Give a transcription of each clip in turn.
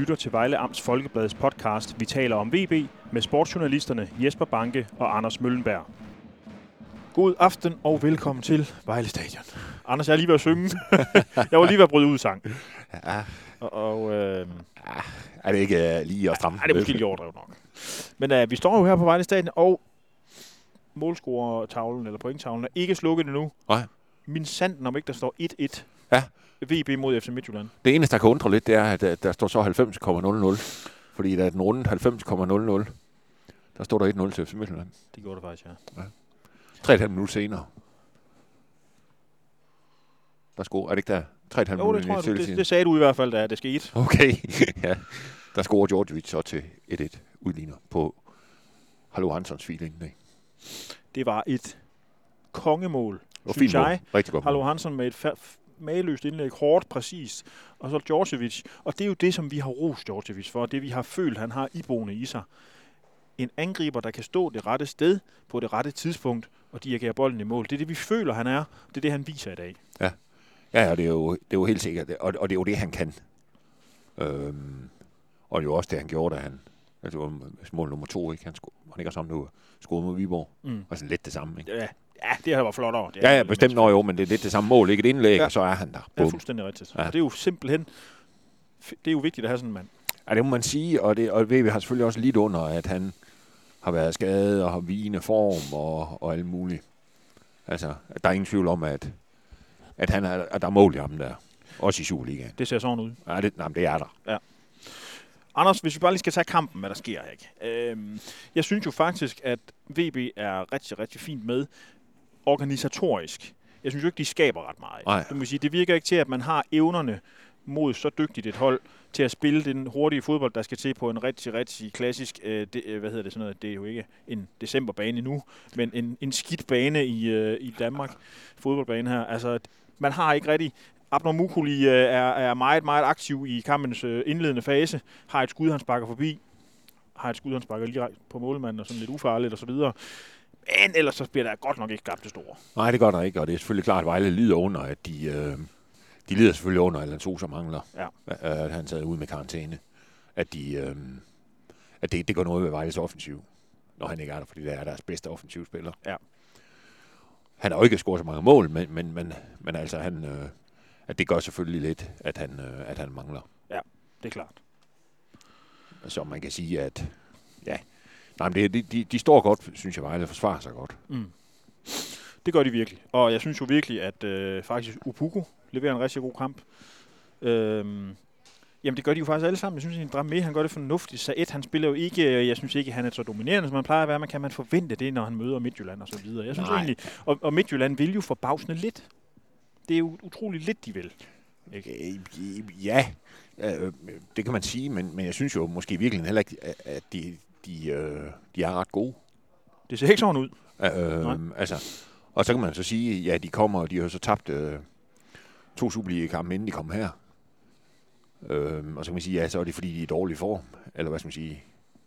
lytter til Vejle Amts Folkebladets podcast Vi taler om VB med sportsjournalisterne Jesper Banke og Anders Møllenberg. God aften og velkommen til Vejle Stadion. Anders, jeg er lige ved at synge. Jeg var lige ved at bryde ud sang. Ja. Er det ikke lige at stramme? Er det måske lige overdrevet nok. Men vi står jo her på Vejle Stadion, og målscorer-tavlen eller pointtavlen er ikke slukket endnu. Nej. Min sanden om ikke, der står 1-1. Ja. VB mod FC Midtjylland. Det eneste, der kan undre lidt, det er, at der står så 90,00. Fordi der er den runde 90,00. Der står der 1-0 til FC Midtjylland. Det gjorde det faktisk, ja. 3,5 minutter senere. Der scorer, er det ikke der? 3,5 minutter det tror jeg, det sagde du i hvert fald, da det skete. Okay, ja. Der scorer Djordjevic så til 1-1 udligner på Hallo Hansons feeling. Det var et kongemål, synes jeg. Rigtig godt. Hallo Hansen med et mageløst indlæg, hårdt, præcist. Og så Djordjevic. Og det er jo det, som vi har rost Djordjevic for. Det vi har følt, han har iboende i sig. En angriber, der kan stå det rette sted på det rette tidspunkt og dirigere bolden i mål. Det er det, vi føler, han er. Det er det, han viser i dag. Ja, og det er jo helt sikkert. Og det er jo det, han kan. Og det er jo også det, han gjorde, da han... Altså, mål nummer 2, ikke? Han ikke sammen nu scorede mod Viborg. Og sådan lidt det samme, ikke? Ja, det her var flot over. Ja, bestemt jo, men det er lidt det samme mål, ikke? Et indlæg, og så er han der. Ja, fuldstændig rigtigt. Ja. Og det er jo simpelthen... Det er jo vigtigt at have sådan en mand. Ja, det må man sige, og VB har selvfølgelig også lidt under, at han har været skadet og har vigende form og alt muligt. Altså, der er ingen tvivl om, at der er mål i ham der. Også i Superligaen. Det ser sådan ud. Ja, det er der. Ja. Anders, hvis vi bare lige skal tage kampen, hvad der sker, ikke? Jeg synes jo faktisk, at VB er rigtig, rigtig fint med organisatorisk. Jeg synes jo ikke, de skaber ret meget. Du må sige, det virker ikke til, at man har evnerne mod så dygtigt et hold til at spille den hurtige fodbold, der skal til på en rigtig, rigtig klassisk, det er jo ikke en decemberbane nu, men en skidt bane i Danmark, fodboldbane her. Altså, man har ikke rigtig... Abner Mukuli er meget, meget aktiv i kampens indledende fase, har et skud, han sparker forbi, har et skud, han sparker lige på målmanden og sådan lidt ufarligt og så videre. Men ellers så bliver der godt nok ikke skabt det store. Nej, det gør der ikke, og det er selvfølgelig klart, at Vejle lider under, at de lider selvfølgelig under, at Lantosa mangler. Ja. At han taget ud med karantæne. At det går noget ved Vejles offensiv, når han ikke er der, fordi det er deres bedste offensivspiller. Ja. Han har jo ikke scoret så mange mål, men altså at det gør selvfølgelig lidt, at han mangler. Ja, det er klart. Så man kan sige, at ja, nej, men de står godt, synes jeg, Vejle forsvarer sig godt. Mm. Det gør de virkelig. Og jeg synes jo virkelig, at faktisk Upuku leverer en rigtig god kamp. Jamen det gør de jo faktisk alle sammen. Jeg synes, at Dramé, han gør det fornuftigt. Saed, han spiller jo ikke, jeg synes ikke, han er så dominerende, som man plejer at være. Kan man forvente det, når han møder Midtjylland og så videre. Jeg synes egentlig, og Midtjylland vil jo forbavsende lidt. Det er jo utroligt lidt, de vil. Ikke? Ja, det kan man sige, men jeg synes jo måske virkelig heller ikke, at de er ret gode. Det ser ikke sådan ud. Altså, og så kan man så sige, ja, de har så tabt 2 Superliga-kampe, inden de kom her. Og så kan man sige, ja, så er det fordi, de er i dårlig form. Eller hvad skal man sige?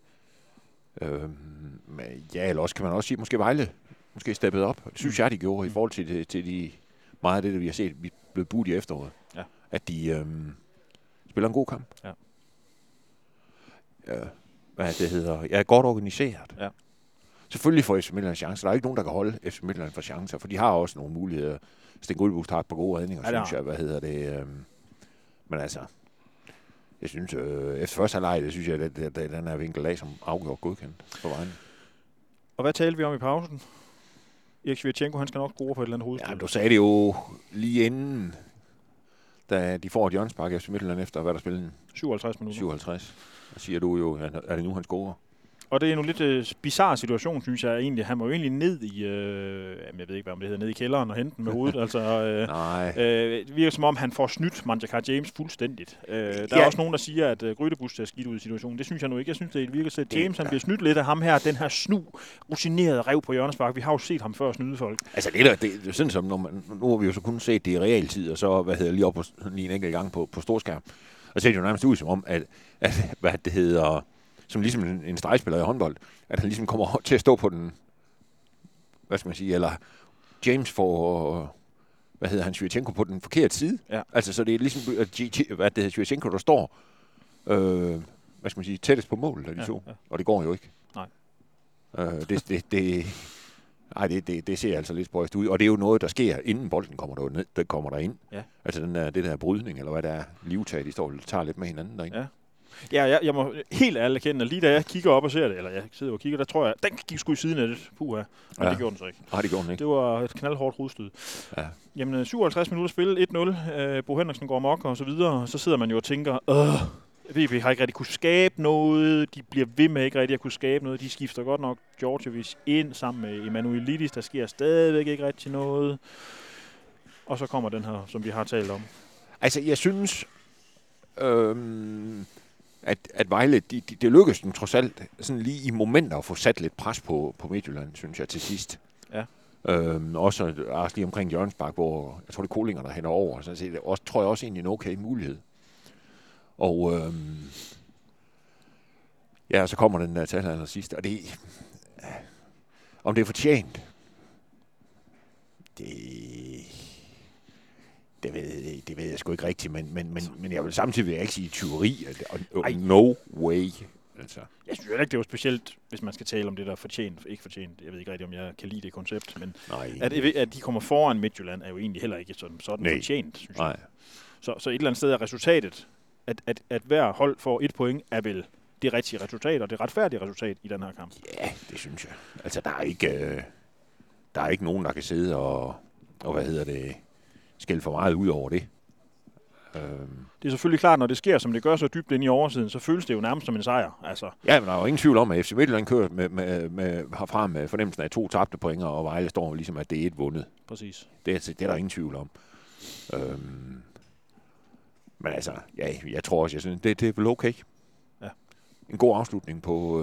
Ja, eller også kan man også sige, måske Vejle måske steppet op. Det synes jeg, de gjorde i forhold til de meget af det, vi har set, vi blev budt i efteråret. Ja. At de spiller en god kamp. Ja. Hvad det hedder? Jeg er godt organiseret. Ja. Selvfølgelig får FC Midtjylland chancer. Der er ikke nogen, der kan holde FC Midtjylland for chancer, for de har også nogle muligheder. Sten Guldbust har et par gode redninger, synes jeg. Men altså, jeg synes, efter første halvleg, det synes jeg, at den er vinkel af som afgjort godkendt for vejen. Og hvad talte vi om i pausen? Erik Svirchenko, han skal nok score på et eller andet hovedspil. Ja, du sagde det jo lige inden, da de får et hjørnespark efter Midtjylland efter, hvad der spiller 57 minutter. 57. Så siger du jo, er det nu, han scorer? Og det er en lidt bizarre situation, synes jeg egentlig. Han var jo egentlig ned i, jeg ved ikke, hvad det hedder, ned i kælderen og hente den med hovedet. Altså, det virker som om, han får snydt Manjaka James fuldstændigt. Der er også nogen, der siger, at Grydebus ser skidt ud i situationen. Det synes jeg nu ikke. Jeg synes, det virker til, at James han bliver snydt lidt af ham her, den her rutinerede rev på hjørnespark. Vi har jo set ham før snyde folk. Altså, det er sådan som, nu har vi jo så kun set det i realtid, og så, lige op på lige en enkelt gang på storskærm. Og så ser det jo nærmest ud som om, at hvad det hedder... som ligesom en stregspiller i håndbold, at han ligesom kommer til at stå på den, hvad skal man sige, eller James får, Svirchenko på den forkerte side. Ja. Altså, så det er ligesom, Svirchenko, der står hvad skal man sige, tættest på mål, da de to. Ja. Og det går jo ikke. Nej. Det ser altså lidt spøjst ud. Og det er jo noget, der sker, inden bolden kommer derind. Ja. Altså det der brydning, eller hvad der er, livtag, de står og tager lidt med hinanden derinde. Ja. Ja, jeg må helt ærligt kende, at lige da jeg kigger op og ser det, eller jeg sidder og kigger, der tror jeg, den gik sgu i siden af det. Puha. Men det gjorde den så ikke. Nej, det gjorde den ikke. Det var et knaldhårdt rodstød. Ja. Jamen, 57 minutter spil, 1-0. Bo Henriksen går amok og så videre. Så sidder man jo og tænker, VB har ikke rigtig kunne skabe noget. De bliver ved med ikke rigtig at kunne skabe noget. De skifter godt nok Djordjevic ind sammen med Emanuelidis. Der sker stadigvæk ikke rigtig noget. Og så kommer den her, som vi har talt om. Altså, jeg synes, at Vejle, det lykkedes dem trods alt sådan lige i momenter at få sat lidt pres på Midtjylland, synes jeg, til sidst. Ja. Også lige omkring Jørgensbak, hvor jeg tror, det er Kolinger, der hænder over. Så det tror jeg også egentlig en okay mulighed. Og så kommer den der til aller sidste, og det om det er fortjent, det ved jeg sgu ikke rigtigt, men jeg vil samtidig ikke sige tyveri, no way. Altså. Jeg synes ikke, det var specielt, hvis man skal tale om det, der er fortjent, ikke fortjent. Jeg ved ikke rigtig, om jeg kan lide det koncept, men at de kommer foran Midtjylland, er jo egentlig heller ikke sådan fortjent, synes jeg. Så et eller andet sted er resultatet, at hver hold får 1 point, er vel det rigtige resultat, og det retfærdige resultat i den her kamp. Ja, det synes jeg. Altså, der er ikke nogen, der kan sidde og skælde for meget ud over det. Det er selvfølgelig klart, når det sker, som det gør så dybt ind i oversiden, så føles det jo nærmest som en sejr. Altså. Ja, men der er jo ingen tvivl om, at FC Midtjylland kører herfra med fornemmelsen af 2 tabte pointer, og Vejle står ligesom, at det er 1 vundet. Præcis. Det er der ingen tvivl om. Men altså, ja, jeg tror også, jeg synes, det er vel okay. Ja. En god afslutning på,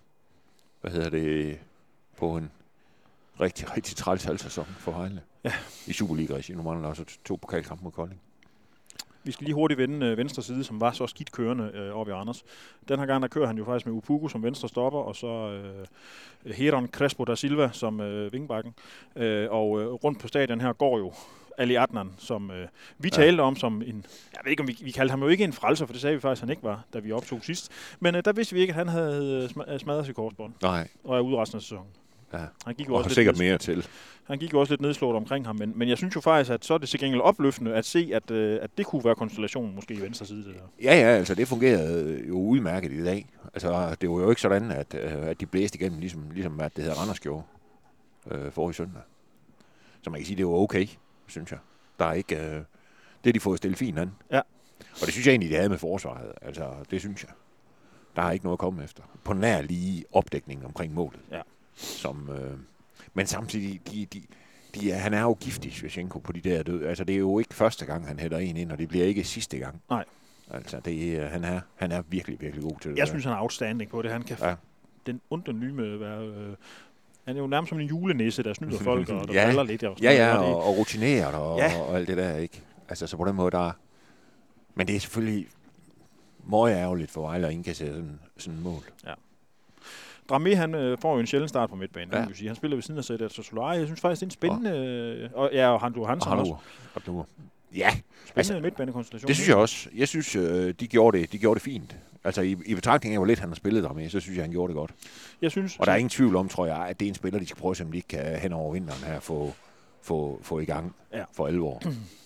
på en rigtig, rigtig træls halvsæson for Vejle. Ja. I Superliga-regi. Nu mangler der også 2 pokalkampe mod Kolding. Vi skal lige hurtigt vende venstre side, som var så skidt kørende oppe i Randers. Den her gang, der kører han jo faktisk med Upuku som venstre stopper, og så Heron Crespo da Silva som vingbakken. Og rundt på stadion her går jo Ali Adnan, som vi talte om som en... Jeg ved ikke, om vi kaldte ham jo ikke en frelser, for det sagde vi faktisk, han ikke var, da vi optog sidst. Men der vidste vi ikke, at han havde smadret sit korsbånd. Nej. Og er ude resten af sæsonen. Ja. Han gik jo også sikkert mere til. Han gik jo også lidt nedslået omkring ham, men jeg synes jo faktisk, at så er det til gengæld opløftende at se, at det kunne være konstellationen måske i venstre side. Det der. Ja, altså det fungerede jo udmærket i dag. Altså det var jo ikke sådan, at de blæste igennem, ligesom at det hedder Randers gjorde forrige søndag. Så man kan sige, at det var okay, synes jeg. Der er ikke... det de fået stillet fint an. Ja. Og det synes jeg egentlig, de havde med forsvaret. Altså det synes jeg. Der er ikke noget at komme efter. På nær lige opdækningen omkring målet. Ja. Som, men samtidig, han er jo giftig, Sviatchenko, på de der døde. Altså, det er jo ikke første gang, han hætter en ind, og det bliver ikke sidste gang. Nej. Altså, han er virkelig, virkelig god til det. Jeg synes, han er outstanding på det. Han kan den nyme være... han er jo nærmest som en julenisse, der snyder folk, og der falder lidt. Og rutineret og alt det der, ikke? Altså, så på den måde, der... Men det er selvfølgelig meget ærgerligt for Vejle at indkassere sådan et mål. Ja. Dramé, han får jo en sjælden start på midtbanen, vil sige. Han spiller ved siden af Sedat Solari. Jeg synes faktisk, det er en spændende... Og Handu Hansen også. Ja. Spændende midtbanekonstellation. Det synes jeg også. Jeg synes, de gjorde det fint. Altså, i betragtning af, hvor lidt han har spillet Dramé, så synes jeg, han gjorde det godt. Jeg synes... Og der er ingen tvivl om, tror jeg, at det er en spiller, de skal prøve, som de ikke kan hen over vinteren her få i gang for alvor.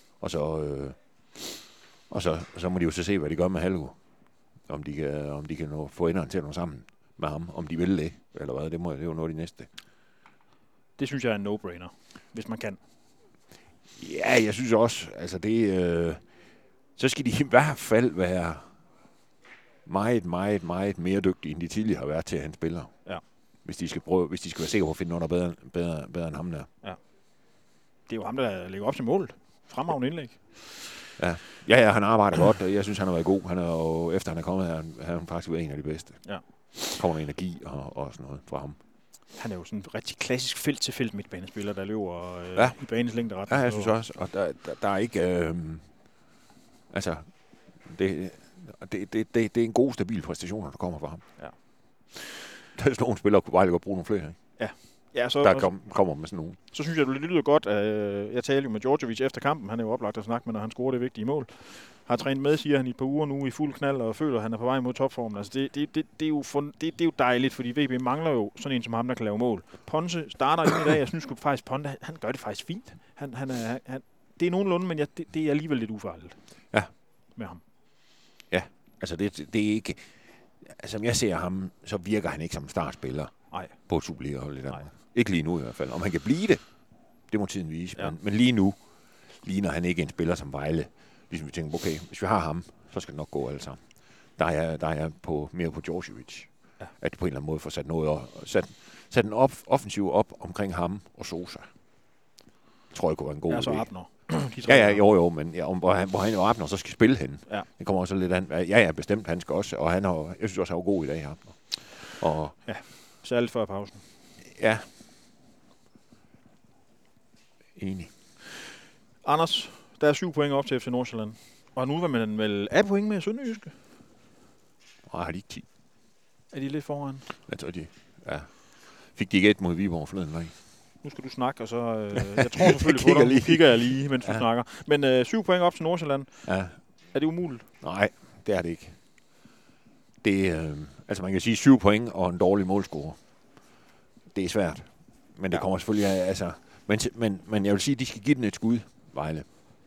Og så må de jo så se, hvad de gør med Hallo. Om de kan få enderne til at nå sammen med ham, om de vil det, eller hvad, det er jo noget af de næste. Det synes jeg er en no-brainer, hvis man kan. Ja, jeg synes også, altså det, så skal de i hvert fald være meget, meget, meget mere dygtige, end de tidligere har været til at han spiller. Ja. Hvis de skal være sikre på at finde noget, der er bedre end ham der. Ja. Det er jo ham, der lægger op til målet. Fremragende indlæg. Ja, han arbejder godt, og jeg synes, han har været god. Han er jo, efter han er kommet her, han faktisk været en af de bedste. Ja. Kommer der energi og sådan noget fra ham. Han er jo sådan en rigtig klassisk felt-til-felt midtbanespiller, der løber i banens længde ret. Ja, jeg synes også. Og der er ikke... altså, det er en god, stabil præstation, der kommer fra ham. Ja. Der er sådan nogle spillere, Vejle godt bruge nogle flere. Ikke? Ja, kommer med sådan nogen. Så synes jeg, det lyder godt. Jeg talte jo med Djordjevic efter kampen. Han er jo oplagt at snakke med, når han scorer det vigtige mål. Har trænet med, siger han, i et par uger nu i fuld knald, og føler, at han er på vej mod topformen. Altså det er jo dejligt, fordi VB mangler jo sådan en som ham, der kan lave mål. Ponce starter ind i dag. Jeg synes faktisk, Ponce, han gør det faktisk fint. Det er nogenlunde, men det er alligevel lidt ufarligt. Ja. Med ham. Ja, altså det er ikke... Altså, som jeg ser ham, så virker han ikke som startspiller. Nej. På Superliga-holdet i Danmark. Ikke lige nu i hvert fald. Om han kan blive det må tiden vise. Ja. Men lige nu ligner han ikke en spiller som Vejle. Ligesom vi tænker, okay, hvis vi har ham, så skal det nok gå alle sammen. Der er jeg mere på Djordjevic. Ja. At på en eller anden måde får sat en offensiv op omkring ham og Sosa. Tror jeg kunne være en god idé. Så Abner. Jo, men hvor han jo Abner så skal spille henne. Ja. Det kommer også lidt an. Ja, bestemt, han skal også. Og jeg synes også, han var god i dag, Abner. Og ja, særligt før pausen. Ja. Enig. Anders, der er 7 point op til FC Nordsjælland. Og nu vil man vel af point med Sønderjyske? Nej, har de ikke 10? Er de lidt foran? Jeg tror, fik de ikke et mod Viborg forleden dag. Nu skal du snakke, og så... jeg tror selvfølgelig på dig, nu kigger jeg lige, mens du snakker. Men 7 point op til Nordsjælland. Ja. Er det umuligt? Nej, det er det ikke. Altså man kan sige 7 point og en dårlig målscore. Det er svært. Men det kommer selvfølgelig af... Altså, men jeg vil sige, at de skal give den et skud, Vejle.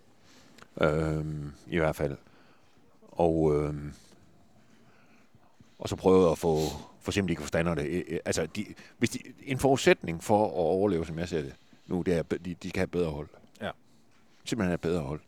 I hvert fald. Og så prøve at få... For simpelthen ikke forstander det. Altså, en forudsætning for at overleve, som jeg ser det nu, det er, at de skal have bedre hold. Ja. Simpelthen have bedre hold.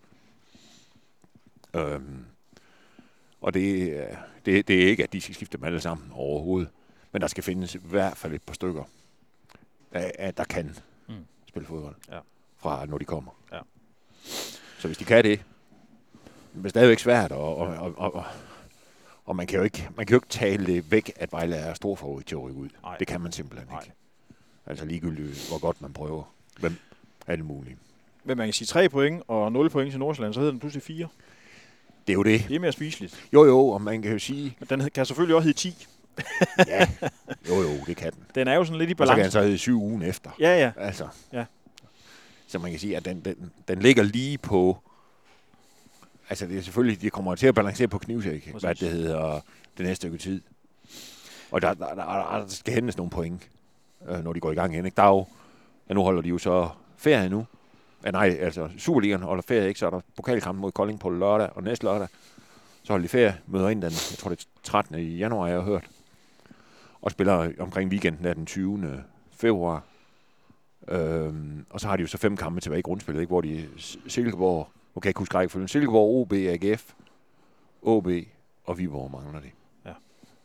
Og det er ikke, at de skal skifte dem alle sammen overhovedet. Men der skal findes i hvert fald et par stykker, der kan spille fodbold. Ja. Fra når de kommer. Ja. Så hvis de kan det er stadigvæk svært, og man kan jo ikke tale det væk, at Vejle er stor favorit til at rykke ud. Ej. Det kan man simpelthen ikke. Altså ligegyldigt, hvor godt man prøver. Hvem er det muligt? Men man kan sige 3 point og 0 point til Nordsjælland, så hedder den pludselig 4. Det er jo det. Det er mere spiseligt. Jo, og man kan jo sige... Men den kan selvfølgelig også hedde 10. Ja, jo, det kan den. Den er jo sådan lidt i balance. Og så kan den så hedde 7 ugen efter. Ja. Altså. Ja. Så man kan sige, at den ligger lige på... Altså det er selvfølgelig, de kommer til at balancere på knivsæk, hvad det hedder det næste stykke tid. Og der skal hentes nogle point, når de går i gang igen. Ikke? Der er jo, nu holder de jo så ferie nu. Altså Superligaen holder ferie, ikke? Så er der pokalkampen mod Kolding på lørdag, og næste lørdag, så holder de ferie, møder ind den, jeg tror det er 13. i januar, jeg har hørt. Og spiller omkring weekenden der den 20. februar. Og så har de jo så 5 kampe tilbage i grundspillet, ikke? Hvor de Silkeborg, okay, jeg kunne huske rækkefølgen. Silkeborg, OB, AGF, OB og Viborg mangler det. Ja.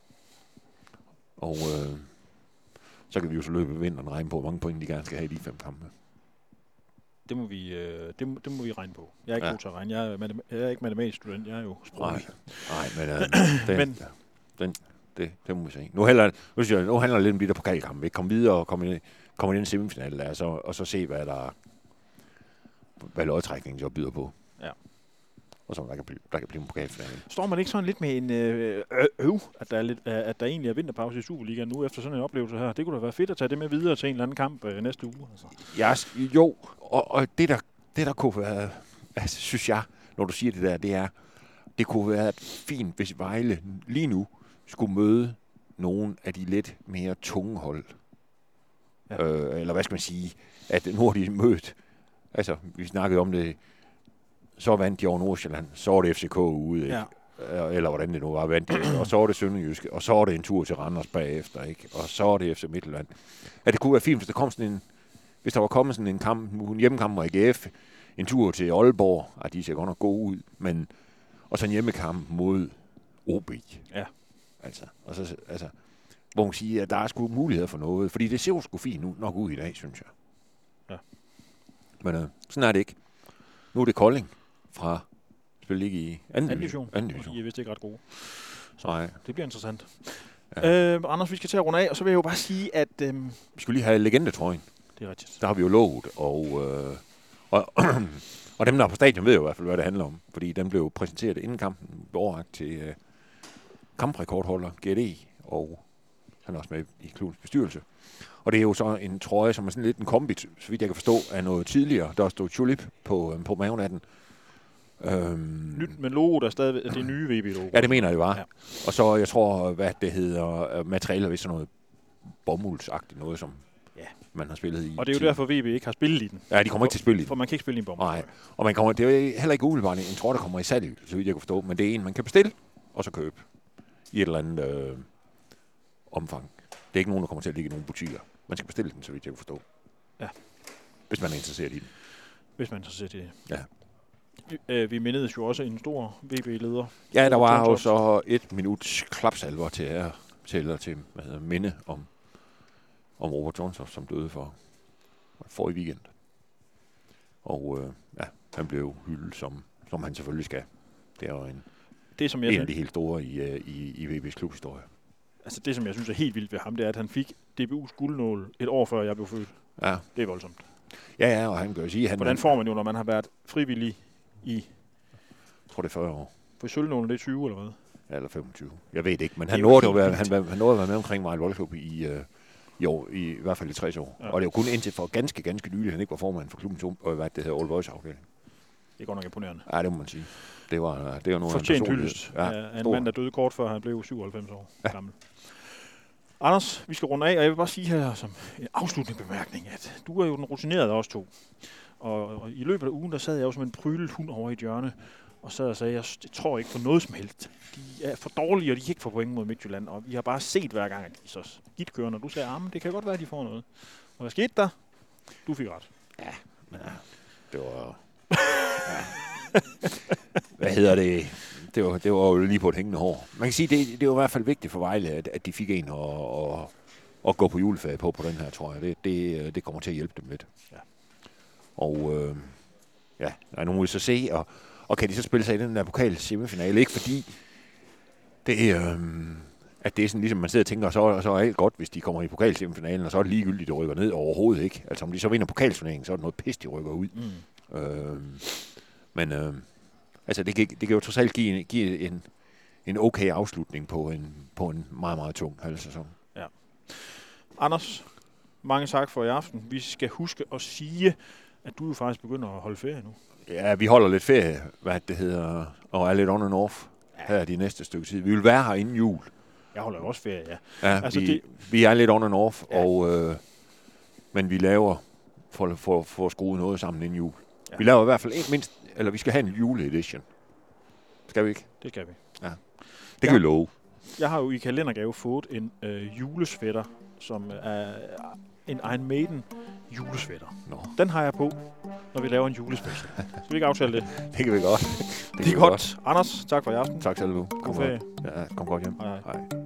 Og så kan vi jo så løbe vinteren og regne på, hvor mange point de gerne skal have i de 5 kampe. Det må vi regne på. Jeg er ikke god til at regne. Jeg er ikke matematisk student. Jeg er jo sproglig. Nej, men det må vi se. Nu handler det lidt om de der pokalkampe. Vi kommer videre og kommer ind i en semifinal der, og så se, hvad lodtrækningen så byder på. Ja. Og så der kan blive en pokalfinale. Står man ikke sådan lidt med en at der egentlig er vinterpause i Superligaen nu efter sådan en oplevelse her? Det kunne da være fedt at tage det med videre til en eller anden kamp næste uge. Altså. Ja, jo, og det der kunne være, altså, synes jeg, når du siger det der, det kunne være fint, hvis Vejle lige nu skulle møde nogle af de lidt mere tunge hold. Ja. Eller hvad skal man sige, at nu har de mødt. Altså, vi snakkede om det, så vandt de over Nordsjælland, så var det FCK ude, ikke? Ja. Eller hvordan det nu var, vandt de, og så var det Sønderjyske, og så var det en tur til Randers bagefter, ikke? Og så var det FC Midtjylland. Ja, det kunne være fint, hvis der var kommet sådan en kamp, en hjemmekamp mod AGF, en tur til Aalborg, de ser godt nok gode ud, men og så en hjemmekamp mod OB. Ja. Altså, og så, hvor man siger, at der er sgu muligheder for noget, fordi det ser jo sgu fint nok ud i dag, synes jeg. Ja. Men sådan er det ikke. Nu er det Kolding fra spil ikke i anden division. De er vist ikke ret gode. Så nej. Det bliver interessant. Ja. Anders, vi skal til at runde af, og så vil jeg jo bare sige, at... Vi skulle lige have legendetrøjen. Det er rigtigt. Der har vi jo lovet, og dem, der er på stadion, ved jo i hvert fald, hvad det handler om. Fordi den blev præsenteret inden kampen overrakt til kamprekordholder GD, og han er også med i klubbens bestyrelse. Og det er jo så en trøje, som er sådan lidt en kombi, så vidt jeg kan forstå, af noget tidligere. Der stod Tulip på maven af den. Nyt med logo, der stadig er det nye VB-logo. Ja, det mener jeg var. Ja. Og så, jeg tror, hvad det hedder, materialer, hvis sådan noget bomuldsagtigt, noget som man har spillet i. Og det er jo derfor, VB ikke har spillet i den. Ja, de kommer ikke til at spille i den. For man kan ikke spille i en bomuld. Nej, og det er jo heller ikke umiddelbart en trøje, der kommer i salg, så vidt jeg kan forstå. Men det er en, man kan bestille, og så købe i et eller andet omfang. Det er ikke nogen, der kommer til at ligge i nogle butikker. Man skal bestille den, så vidt jeg kan forstå. Ja. Hvis man er interesseret i den. Hvis man er interesseret i det. Ja. Vi mindedes jo også en stor VB-leder. Ja, der var jo så 1 minuts klapsalver til minde om Robert Johnson, som døde for i weekend. Og han blev hyldet, som han selvfølgelig skal. Det er jo en af de helt store i VB's klubhistorie. Altså det, som jeg synes er helt vildt ved ham, det er, at han fik DBU's guldnål et år før jeg blev født. Ja. Det er voldsomt. Ja, og han kan jo sige... Hvordan får man jo, når man har været frivillig i... Jeg tror, det er 40 år. For sølvnålen, det er 20 eller hvad? Ja, eller 25. Jeg ved det ikke, men han nåede at være med omkring Vejle Boldklub i år, i hvert fald i 60 år. Ja. Og det var kun indtil for ganske nylig, han ikke var formand for klubbens hvad det hedder, All Boys afdeling. Det er godt nok imponerende. Ja, det må man sige. Det var noget fortjent hyldest af en mand, der døde kort før han blev 97 år gammel. Anders, vi skal runde af, og jeg vil bare sige her som en afslutning bemærkning, at du er jo den rutinerede af os to. Og i løbet af ugen, der sad jeg jo som en prylet hund over i et hjørne, og så sagde jeg, tror ikke på noget som helst. De er for dårlige, og de kan ikke få point mod Midtjylland, og vi har bare set hver gang, at de så skidt kører, og du sagde, men det kan godt være, at de får noget. Og hvad skete der? Du fik ret. Ja, det var... Hvad hedder det? Det var jo lige på et hængende hår. Man kan sige, det var i hvert fald vigtigt for Vejle, at de fik en at gå på juleferie på den her, tror jeg. Det kommer til at hjælpe dem lidt. Ja. Og nu må vi så se, og kan de så spille sig i den der pokal-semifinale? Ikke fordi at det er sådan, ligesom man sidder og tænker, så er alt godt, hvis de kommer i pokalsemifinalen, og så er det ligegyldigt, at de rykker ned overhovedet ikke. Altså om de så vinder pokalturneringen, så er det noget pis, de rykker ud. Men det kan jo trods alt give en okay afslutning på en meget, meget tung halvsæson. Ja. Anders, mange tak for i aften. Vi skal huske at sige, at du jo faktisk begynder at holde ferie nu. Ja, vi holder lidt ferie, hvad det hedder, og er lidt on and off her de næste stykke tid. Vi vil være her inden jul. Jeg holder også ferie, ja. Ja, altså vi er lidt on and off, men vi laver for skruet noget sammen inden jul. Ja. Vi laver i hvert fald vi skal have en juleedition. Skal vi ikke? Det skal vi. Ja. Det kan vi love. Jeg har jo i kalendergave fået en julesvætter, som er en Iron Maiden julesvætter. Den har jeg på, når vi laver en julespecial. Skal vi ikke aftale det? Det kan vi godt. Det er godt. Anders, tak for i aften. Tak selv. God ferie. Ja, kom godt hjem. Hej.